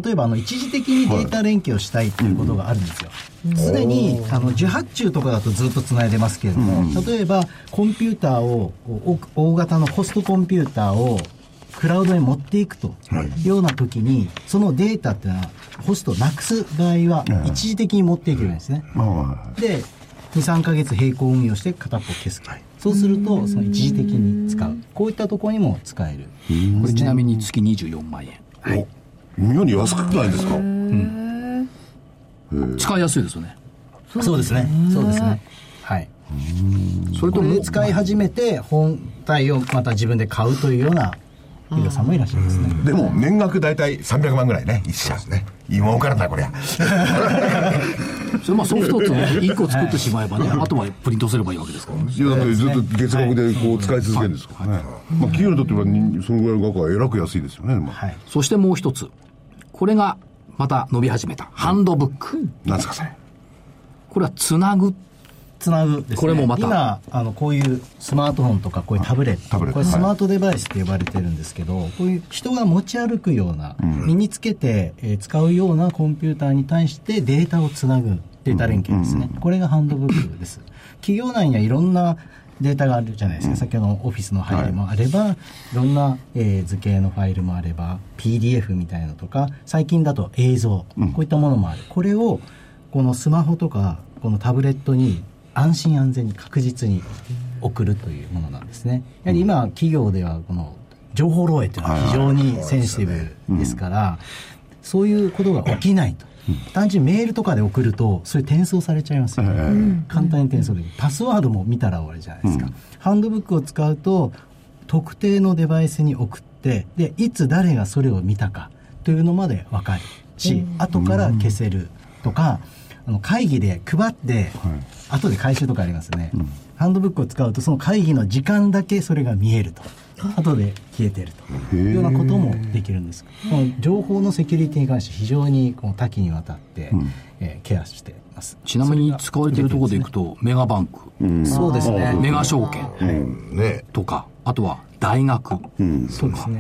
例えばあの一時的にデータ連携をしたいということがあるんですよ。すでにあの受発注とかだとずっとつないでますけれども、うん、例えばコンピューターを大型のホストコンピューターをクラウドに持っていくというような時に、そのデータっていうのはホストをなくす場合は一時的に持っていけるんですね、うん、で にさんかげつ並行運用して片っぽ消す、はい、そうするとその一時的に使う、こういったところにも使える。 これちなみに月にじゅうよんまんえん、 はい、妙に安くないですか。 うん、使いやすいですよね。 そうですね、そうですね、はい、それとも使い始めて本体をまた自分で買うというような企業さんもいらっしゃいますね。 でも年額大体さんびゃくまんぐらいね、一社ですね。いいもんからなこりゃそれまあソフトっていっこ作ってしまえばね、はい、あとはプリントすればいいわけですからね。 いやだってずっと月額でこう使い続けるんですからね、はいはい、まあ、企業にとってはそのぐらいの額はえらく安いですよね、まあはい、 そしてもう一つ、これがまた伸び始めたハンドブック、うん、 なんですかそれ。 これはつなぐつなぐですね。 これもまた今あのこういうスマートフォンとかこういうタブレット、これスマートデバイスって呼ばれてるんですけど、はい、こういう人が持ち歩くような、うん、身につけて、えー、使うようなコンピューターに対してデータをつなぐデータ連携ですね、うんうん、これがハンドブックです。企業内にはいろんなデータがあるじゃないですか、うん、先ほどのオフィスのファイルもあれば、はい、いろんな、えー、図形のファイルもあれば ピーディーエフ みたいなのとか、最近だと映像、うん、こういったものもある。これをこのスマホとかこのタブレットに安心安全に確実に送るというものなんですね。やはり今企業ではこの情報漏洩というのは非常にセンシティブですから、そういうことが起きないと。単純にメールとかで送るとそれ転送されちゃいますよね、うん、簡単に転送できる。パスワードも見たら終わりじゃないですか、うん、ハンドブックを使うと特定のデバイスに送って、でいつ誰がそれを見たかというのまで分かるし、うん、後から消せるとか、あの会議で配って、はい、後で回収とかありますね、うん、ハンドブックを使うとその会議の時間だけそれが見えると、後で消えてるというようなこともできるんです。この情報のセキュリティに関して非常にこの多岐にわたって、うんえー、ケアしています。 ちなみに使われているところでいくとメガバンク、 うん、そうですね、 メガ証券、うんね、とか、あとは大学、 うん、そうですね。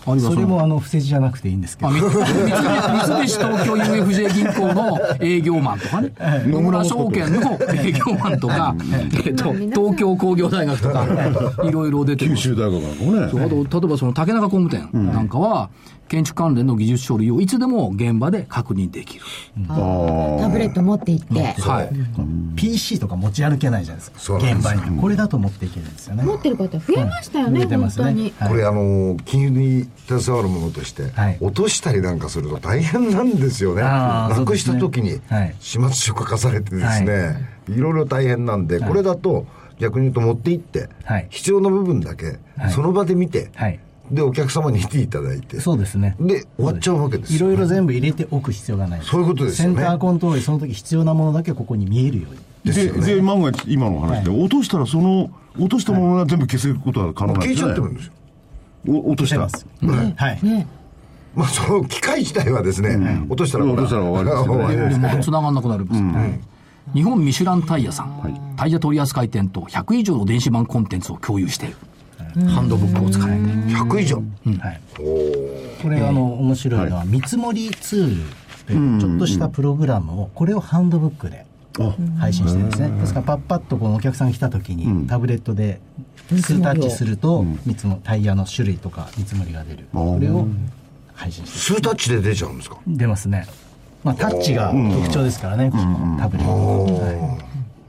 あるいはそれもあの不正じゃなくていいんですけど、 三菱三菱東京 ユーエフジェー 銀行の営業マンとかね、野村証券の営業マンとか、えっと、東京工業大学とか、いろいろ出てます。 九州大学なんかもね。 そう、あと、例えばその竹中工務店なんかは、建築関連の技術書類をいつでも現場で確認できる。 タブレット持って行って。 はい。 ピーシー とか持ち歩けないじゃないですか。現場に。これだと持っていけるんですよね。 持ってる方増えましたよね、本当に。 これあの、金融に携わるものとして、落としたりなんかすると大変なんですよね。なくした時に、始末書書かされてですね、いろいろ大変なんで、これだと逆に言うと持って行って、必要な部分だけ、その場で見て、でお客様に見ていただいて、 そうですね、 で終わっちゃうわけですよ、 いろいろ全部入れておく必要がない。 そういうことですよね。 センターコントロール、その時必要なものだけここに見えるようにですよね。で、で万が一今の話で、はい、落としたらその落としたものが全部消せることは可能なんですね。 消えちゃってるんですよ。 お落としたら、 ね、はい、ね、 まあその機械自体はですね、うん、落としたら落としたら終わりですよね。 もう繋がんなくなるんです、うん、はい。日本ミシュランタイヤさん、はい、タイヤ取扱店とひゃく以上の電子版コンテンツを共有している、うん、ハンドブックを使えてひゃく以上、うん、はい、 おこれあの面白いのは、はい、見積もりツールというちょっとしたプログラムをこれをハンドブックで配信してるんですね。ですからパッパッとこのお客さんが来た時に、うん、タブレットで数タッチすると、うん、見積もタイヤの種類とか見積もりが出る、これを配信してる。 数タッチで出ちゃうんですか？ 出ますね。まあ、タッチが特徴ですからね、タブレット、はい、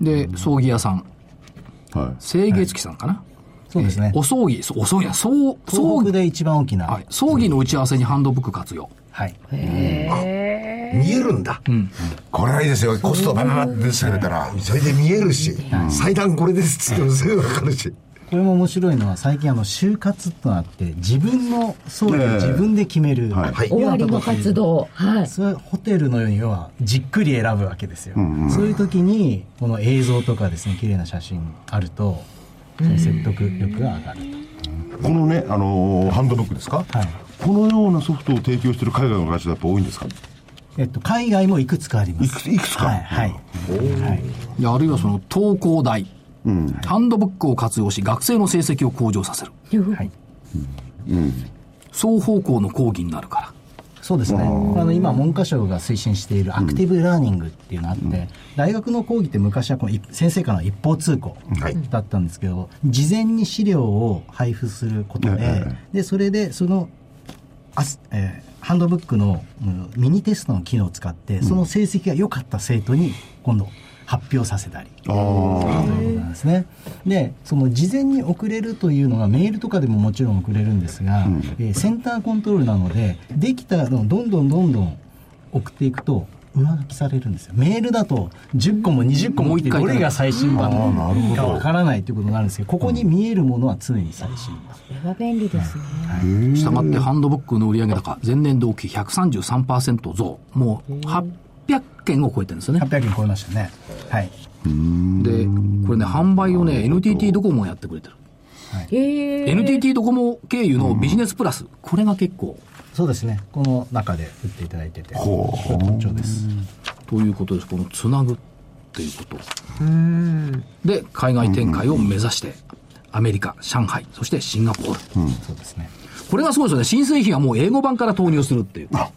で葬儀屋さん、はい、清月記さんかな、はい、 そうですね、 お葬儀、お葬儀や葬東北で一番大きな、 はい、葬儀の打ち合わせにハンドブック活用、 はい、 へー、見えるんだ、うん、これはいいですよ。コストバババって出してくれたらそれで見えるし、うん、祭壇これですってすぐ分かるし、 これも面白いのは最近あの就活となって自分の葬儀を自分で決める、 はいはい、終わりの活動、はい、 それホテルのように要はじっくり選ぶわけですよ、うんうん、そういう時にこの映像とかですね、綺麗な写真あると説得力が上がると。 このね、あのー、ハンドブックですか、はい、このようなソフトを提供している海外の会社だと多いんですか？ えっと、海外もいくつかあります。 いくつ、いくつか、 はいはい、 はい、いや、あるいはその東工大、うん、ハンドブックを活用し学生の成績を向上させる、はい、うん、双方向の講義になるから。 そうですね、あの今文科省が推進しているアクティブラーニングっていうのがあって、うん、大学の講義って昔はこの先生からの一方通行だったんですけど、はい、事前に資料を配布することで、はい、でそれでそのあ、えー、ハンドブックの、うん、ミニテストの機能を使ってその成績が良かった生徒に今度発表させたり、うん、ということなんですね。でその事前に送れるというのがメールとかでももちろん送れるんですが、うん、えー、センターコントロールなのでできたらどんどんどんどん送っていくと上書きされるんですよ。メールだとじゅっこもにじゅっこもってどれが最新版かわからないということになるんですけど、ここに見えるものは常に最新版。 それは便利ですね。 はい、したがってハンドブックの売上高前年同期 ひゃくさんじゅうさんパーセント 増、もうはっぴゃくけんを超えてるんですよね。 はっぴゃくけん超えましたね。はい。 でこれね、販売をね エヌティーティー ドコモがやってくれてる、はい、エヌティーティー ドコモ経由のビジネスプラス、これが結構そうですね、この中で売っていただいてて特徴です。 ということです。このつなぐっていうことで海外展開を目指してアメリカ、上海、そしてシンガポール、うん、 そうですね。 これがすごいですよね。新製品はもう英語版から投入するっていう、はい、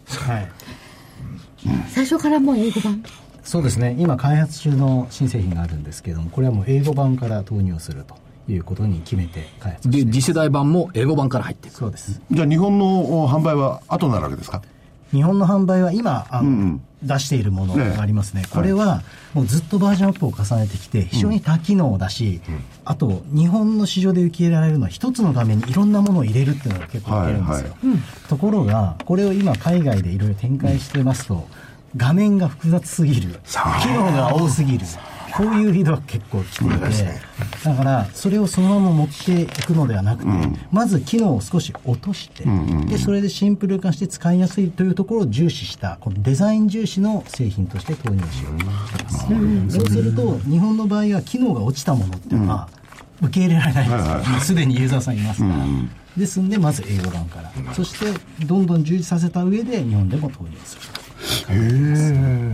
最初からもう英語版。 そうですね、今開発中の新製品があるんですけれども、これはもう英語版から投入するということに決めて開発しています。 で次世代版も英語版から入っていく。 そうです。 じゃあ日本の販売は後になるわけですか？ 日本の販売は今あの、うんうん、出しているものがありますね。ね、これはもうずっとバージョンアップを重ねてきて非常に多機能だし、うん、あと日本の市場で受け入れられるのは一つの画面にいろんなものを入れるっていうのが結構いけるんですよ、はいはい、ところがこれを今海外でいろいろ展開してますと、うん、画面が複雑すぎる、機能が多すぎる、こういう人は結構来ていて、だからそれをそのまま持っていくのではなくて、うん、まず機能を少し落として、うんうんうん、でそれでシンプル化して使いやすいというところを重視したこのデザイン重視の製品として投入しようとしています、うんうん、そうすると日本の場合は機能が落ちたものっていうのは受け入れられないんですよ、はいはい、もうすでにユーザーさんいますから、うんうん、ですんでまず英語版から、うん、そしてどんどん充実させた上で日本でも投入すると。 へえ。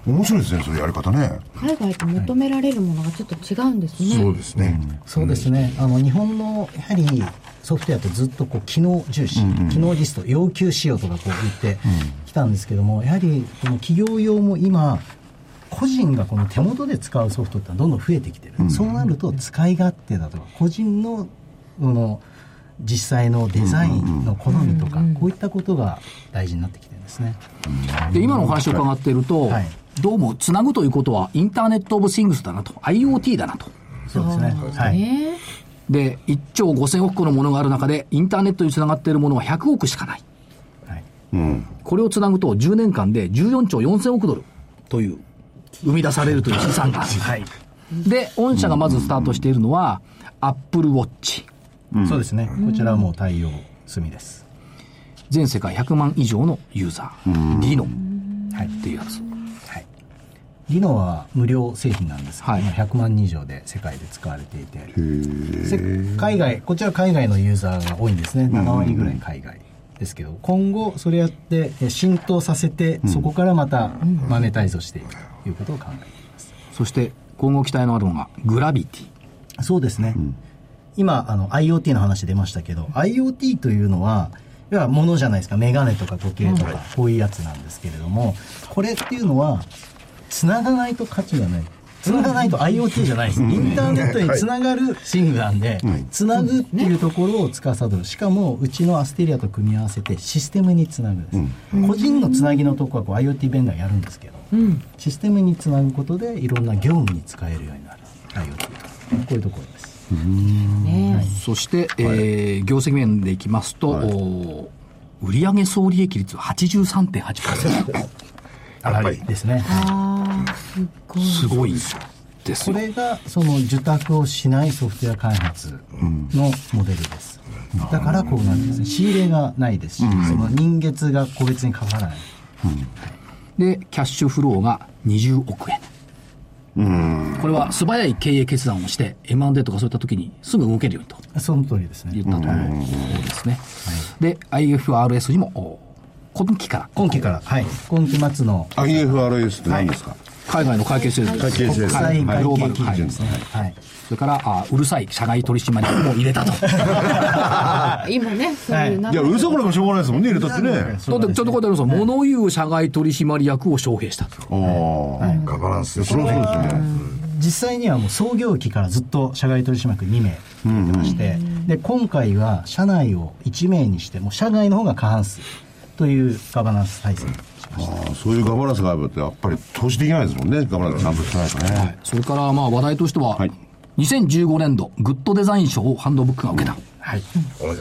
面白いですね、そのやり方ね。 海外と求められるものがちょっと違うんですね。 そうですね、 うん、そうですね、あの日本のやはりソフトウェアってずっとこう機能重視、うんうん、機能リスト要求仕様とかこう言ってきたんですけども、やはりこの企業用も今個人がこの手元で使うソフトってどんどん増えてきてる、うん、そうなると使い勝手だとか個人のこの実際のデザインの好みとか、こういったことが大事になってきてるんですね。 で今のお話を伺っていると、はい、どうもつなぐということはインターネットオブシングスだなと アイオーティー だなと。 そうですね、はい、 でいっちょうごせんおくのものがある中でインターネットにつながっているものはひゃくおくしかない、はいうん、これをつなぐとじゅうねんかんでじゅうよんちょうよんせんおくドルという生み出されるという試算がある、はい、で御社がまずスタートしているのは、うん、Apple Watch、 うん、そうですね、こちらはもう対応済みです。 全世界ひゃくまん以上のユーザー、リノっていうやつ、 はい、リノは無料製品なんですけど、はい、ひゃくまんにん以上で世界で使われていて、海外こちら海外のユーザーが多いんですね。ななわりぐらい海外ですけど、今後それやって浸透させて、そこからまたマネタイズをしていくということを考えています。 そして今後期待のあるのがグラビティ。 そうですね、うん今あの IoT の話出ましたけど、 IoT というのは要は物じゃないですか。メガネとか時計とかこういうやつなんですけれども、これっていうのはつながないと価値がない、つながないと IoT じゃないです。インターネットにつながる寝具なんで、つなぐっていうところを司る。しかもうちのアステリアと組み合わせてシステムにつなぐです、うん、個人のつなぎのところはこう IoT ベンダーやるんですけど、うん、システムにつなぐことでいろんな業務に使えるようになる IoT と、こういうところです。 ねはい、そして、えー、業績面でいきますと、はい、売上総利益率は はちじゅうさんてんはちパーセントやっぱりですね。 あすごいですよ。 これがその受託をしないソフトウェア開発のモデルです、うん、だからこうなんですね。仕入れがないですし、うん、その人月が個別にかからない、 うん、でキャッシュフローがにじゅうおくえん。うんこれは素早い経営決断をして エムアンドエー とかそういった時にすぐ動けるようにとその通りですね言ったということですね、はい、で アイエフアールエス にも今期から今期からはい今期末のアイエフアールエス って何ですか、はい、 海外の会計制度です。 会計制度、 国際会計基準ですね、 はいはい、それからあうるさい社外取締役も入れたと今ねそういうはい、いやうるさくなもしょうがないですもんね入れたってね。 だってちょっとこうやってありますよ、物言う社外取締役を招聘したと。 あ、はい、ガバナンスそれはそうですよね。 実際にはもう創業期からずっと社外取締役にめい入れてまして、うん、で今回は社内をいちめいにしてもう社外の方が過半数というガバナンス体制にしました。 あそういうガバナンスがあるとやっぱり投資できないですもんね。ガバナンスちゃんとしないとね、はい、 それからまあ話題としては、はい、にせんじゅうごねんどグッドデザイン賞をハンドブックが受けた、 はい、 お願いします。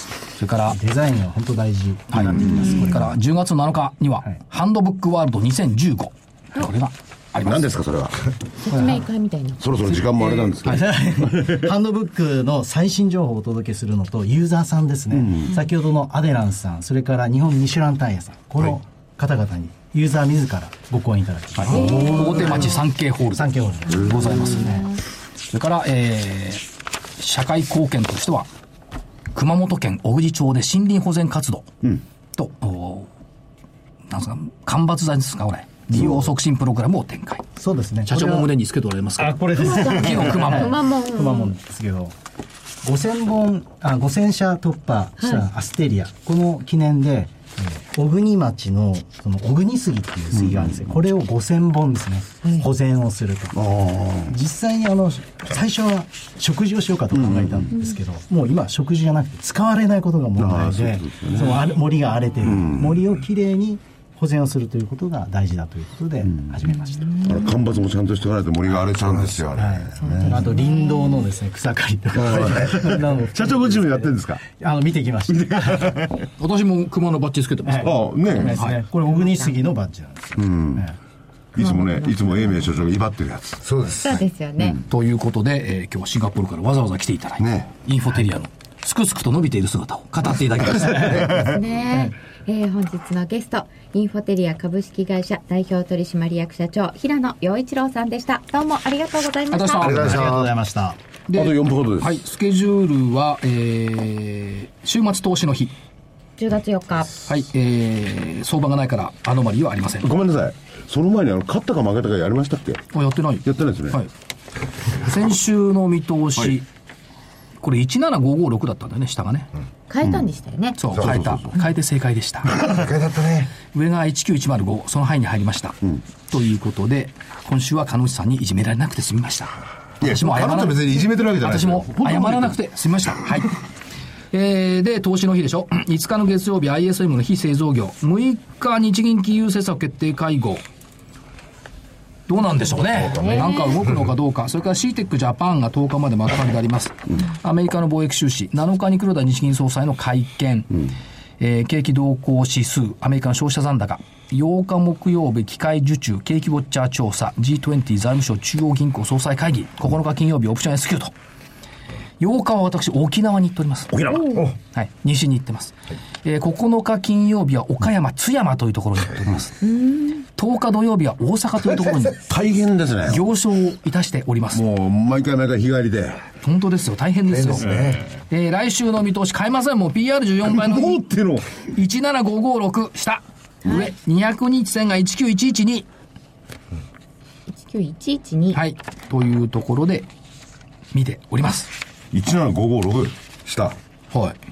それからデザインは本当大事になってきます、 はい、それからじゅうがつなのかには、はい、ハンドブックワールドにせんじゅうご、これがあります。 何ですかそれは。 説明会みたいな。 そろそろ時間もあれなんですけど、はい、 ハンドブックの最新情報をお届けするのとユーザーさんですね、うん、先ほどのアデランスさん、それから日本ミシュランタイヤさん、この方々にユーザー自らご講演いただきます。 大手町産経ホール産経ホールでございますね。それから、えー、社会貢献としては熊本県小国町で森林保全活動と、うん、なんですか間伐材ですかこれ利用促進プログラムを展開。 そうですね。 社長も胸につけておられますか。 あ、これです。 木の熊門。 熊門。 熊門ですけど、ごせんぼん、あ、ごせんしゃ突破したアステリア、はい、この記念で、えー、小国町のその小国杉っていう杉があるんですよ、うん、これをごせんぼんですね、うん、保全をすると。実際にあの最初は食事をしようかと考えたんですけど、うん、もう今食事じゃなくて使われないことが問題で、その森が荒れてる、うん、森をきれいに保全をするということが大事だということで始めました。 間伐もちゃんとしておかないと森が荒れちゃうんですよ、あれ、はい、 あと林道のですね草刈りとか社長ご自分やってるんですか。 あの見てきました私も熊のバッジつけてます、 はい、あね、 はい、これ小国杉のバッジなんですよ、うんね、 いつもねいつも英明所長が威張ってるやつ。 そうですそうですよね、 うん、ということで、えー、今日はシンガポールからわざわざ来ていただいて、ね、インフォテリアのすくすくと伸びている姿を語っていただきましたですね、えー、本日のゲストインフォテリア株式会社代表取締役社長平野陽一郎さんでした。どうもありがとうございました。 ありがとうございました。 であとよんぷんほどです。 はい、スケジュールは、えー、週末投資の日じじゅうがつよっか。 はい、えー、相場がないからアノマリーはありません。 ごめんなさい。その前にあの勝ったか負けたかやりましたっけ？ あ、やってない。 やってないですね。 はい。先週の見通し、はい、これいちななごごろくだったんだよね、下がね。 うん、変えたんでしたよね。 そう、変えた。変えて正解でした。 正解だったね。 上がいちきゅういちまるご、その範囲に入りました。うん、ということで、今週は鹿野内さんにいじめられなくて済みました。 いや、私も謝らなくて別にいじめてるわけじゃないですよ。 私も謝らなくて済みました。はい。えー、で、投資の日でしょ。いつかの月曜日 アイエスエム の非製造業。むいか日銀金融政策決定会合。どうなんでしょうね。なんか動くのかどうか。それから シーテック ジャパンがとおかまで幕張であります。うん、アメリカの貿易収支。なのかに黒田日銀総裁の会見。うん、えー、景気動向指数。アメリカの消費者残高。ようか木曜日機械受注景気ウォッチャー調査。ジートゥエンティー 財務省中央銀行総裁会議。ここのか金曜日オプション エスキュー と。ようかは私沖縄に行っております。 沖縄、 はい、西に行ってます、はい。えー、ここのか金曜日は岡山津山というところに行っております。とおか土曜日は大阪というところに大変ですね。 行商をいたしております。 もう毎回毎回日帰りで。 本当ですよ、大変ですよ。ですね。えー、来週の見通し変えません。もう ピーアールじゅうよん 倍のいちななごごろく下、上、はい、にひゃくにち線がいちきゅういちいちに。 いちきゅういちいちに。 はい、というところで見ております。 いちななごごろく下、 はい、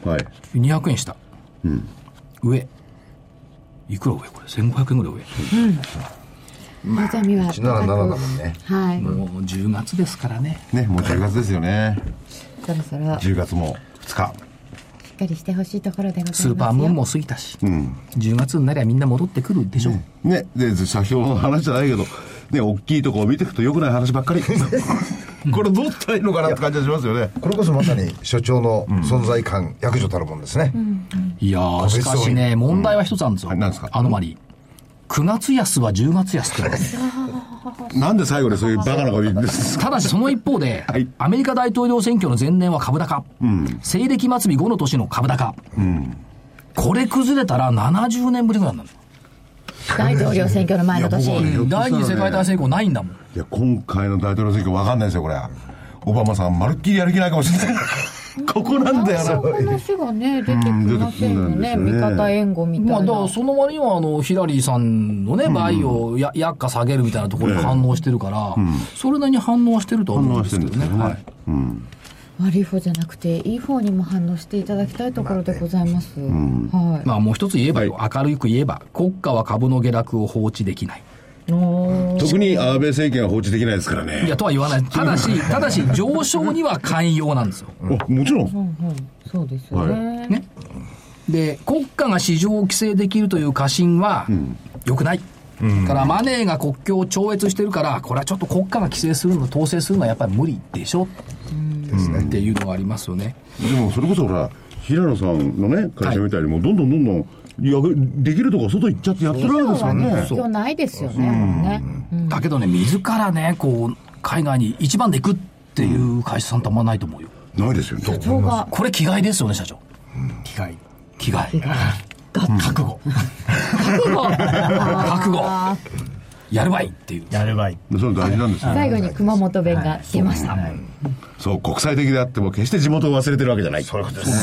はい、 にひゃくえん下、うん、上いくら上これせんごひゃくえんぐらい上、 うん、まあ、はいちななななだもんね。 はい、 もうじゅうがつですからね。 ね、もうじゅうがつですよね。 そろそろじゅうがつもふつかしっかりしてほしいところでございますよ。 スーパームーンも過ぎたし、うん、じゅうがつになりゃみんな戻ってくるでしょう、 ね。ね、で先ほどの話じゃないけどね、大きいところを見ていくと良くない話ばっかりこれどうしたらいいのかなって感じがしますよね。 これこそまさに所長の存在感、うん、役所たるもんですね、うん、 いやー、しかしね、問題は一つあるんですよ、うん、 何ですか。 アノマリーくがつ安はじゅうがつ安ってなんで最後でそういうバカなこと言うんですか。 ただしその一方で、はい、アメリカ大統領選挙の前年は株高、うん、西暦末尾ごの年の株高、うん、これ崩れたらななじゅうねんぶりぐらいなんだ。 大統領選挙の前の年、 第二次世界大戦以降ないんだもん。 いや、今回の大統領選挙分かんないですよこれ。オバマさんまるっきりやる気ないかもしれないここなんだよな。 話がね出てきませんよね、味方援護みたいな。まあ、だからその割にはあのヒラリーさんのね、場合をや薬価下げるみたいなところに反応してるから、うん、それなりに反応はしてると思うんですけどね。はい、うん、 悪い方じゃなくていい方にも反応していただきたいところでございます、うん、はい。 まあ、もう一つ言えばよ、はい、明るく言えば国家は株の下落を放置できない。 特に安倍政権は放置できないですからね。 いや、とは言わない。ただしただし上昇には寛容なんですよ、 うん、もちろん、うんうん、 そうですよね、はい、ね。 で、国家が市場を規制できるという過信は良くない、うん、からマネーが国境を超越してるから、これはちょっと国家が規制するの統制するのはやっぱり無理でしょ、うん、ですね、っていうのがありますよね。 でもそれこそほら平野さんのね会社みたいにもうどんどんどんどんいやできるとこ外行っちゃってやってるわけですよね。 必要ないですよね、うんね、うん、だけどね、自らねこう海外に一番で行くっていう会社さんとあんまないと思うよ。 ないですよね。 社長がこれ気概ですよね、社長、 うん、気概気概気概覚悟覚悟覚悟やるばいっていう。 やるばい、 それ大事なんですよ。 最後に熊本弁が出ました、はいはい、 そう、国際的であっても決して地元を忘れてるわけじゃない。 そういうことです、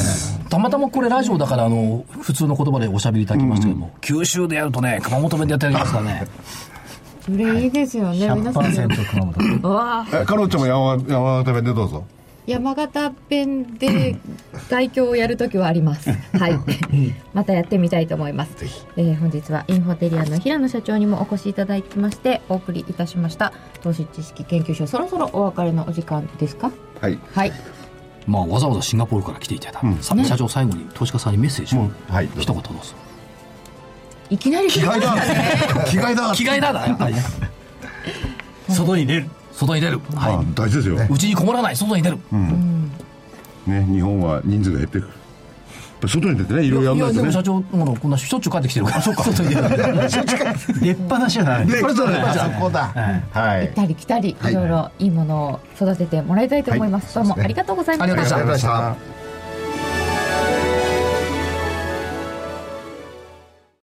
たまたまこれラジオだからあの普通の言葉でおしゃべりいただきましたけども、うんうん、九州でやるとね熊本弁でやってるんですかね。 それいいですよね。 ひゃくパーセント 熊本弁。 わあ、カロちゃんも山山形弁でどうぞ。 山形弁で外境をやるときはありますはいまたやってみたいと思います。えー、本日はインフォテリアの平野社長にもお越しいただきましてお送りいたしました投資知識研究所、そろそろお別れのお時間ですか。 はい、 はい。 まあ、わざわざシンガポールから来ていただいた、うん、社長最後に投資家さんにメッセージを、うん、はい、一言どうぞ。 いきなり気概だ気概だ気概だやっぱりね外に出る外に出る、 はい、あ、大事ですよ。 うちにこもらない、外に出る、うんね、日本は人数が減っていく。やっぱ外に出てね、いろいろやんないとね。いや、でも社長ものこんなしょっちゅう帰ってきてるから。そうか、外に出る出っ放しじゃない。 出っ放しじゃない。そこだ。 はい。行ったり来たり、いろいろいいものを育ててもらいたいと思います。どうもありがとうございました。 ありがとうございました。